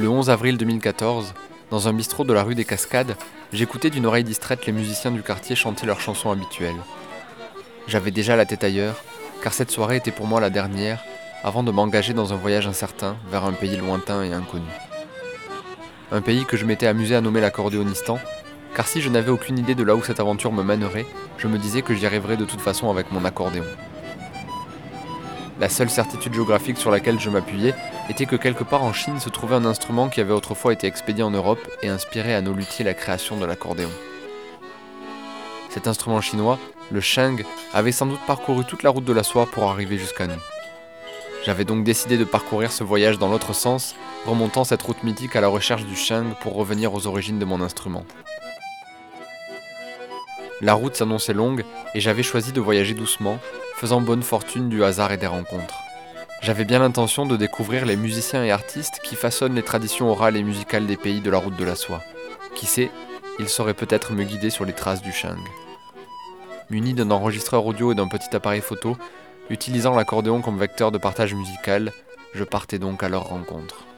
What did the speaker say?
Le 11 avril 2014, dans un bistrot de la rue des Cascades, j'écoutais d'une oreille distraite les musiciens du quartier chanter leurs chansons habituelles. J'avais déjà la tête ailleurs, car cette soirée était pour moi la dernière, avant de m'engager dans un voyage incertain vers un pays lointain et inconnu. Un pays que je m'étais amusé à nommer l'accordéonistan, car si je n'avais aucune idée de là où cette aventure me mènerait, je me disais que j'y arriverais de toute façon avec mon accordéon. La seule certitude géographique sur laquelle je m'appuyais était que quelque part en Chine se trouvait un instrument qui avait autrefois été expédié en Europe et inspiré à nos luthiers la création de l'accordéon. Cet instrument chinois, le sheng, avait sans doute parcouru toute la route de la soie pour arriver jusqu'à nous. J'avais donc décidé de parcourir ce voyage dans l'autre sens, remontant cette route mythique à la recherche du sheng pour revenir aux origines de mon instrument. La route s'annonçait longue et j'avais choisi de voyager doucement, faisant bonne fortune du hasard et des rencontres. J'avais bien l'intention de découvrir les musiciens et artistes qui façonnent les traditions orales et musicales des pays de la route de la soie. Qui sait, ils sauraient peut-être me guider sur les traces du sheng. Muni d'un enregistreur audio et d'un petit appareil photo, utilisant l'accordéon comme vecteur de partage musical, je partais donc à leur rencontre.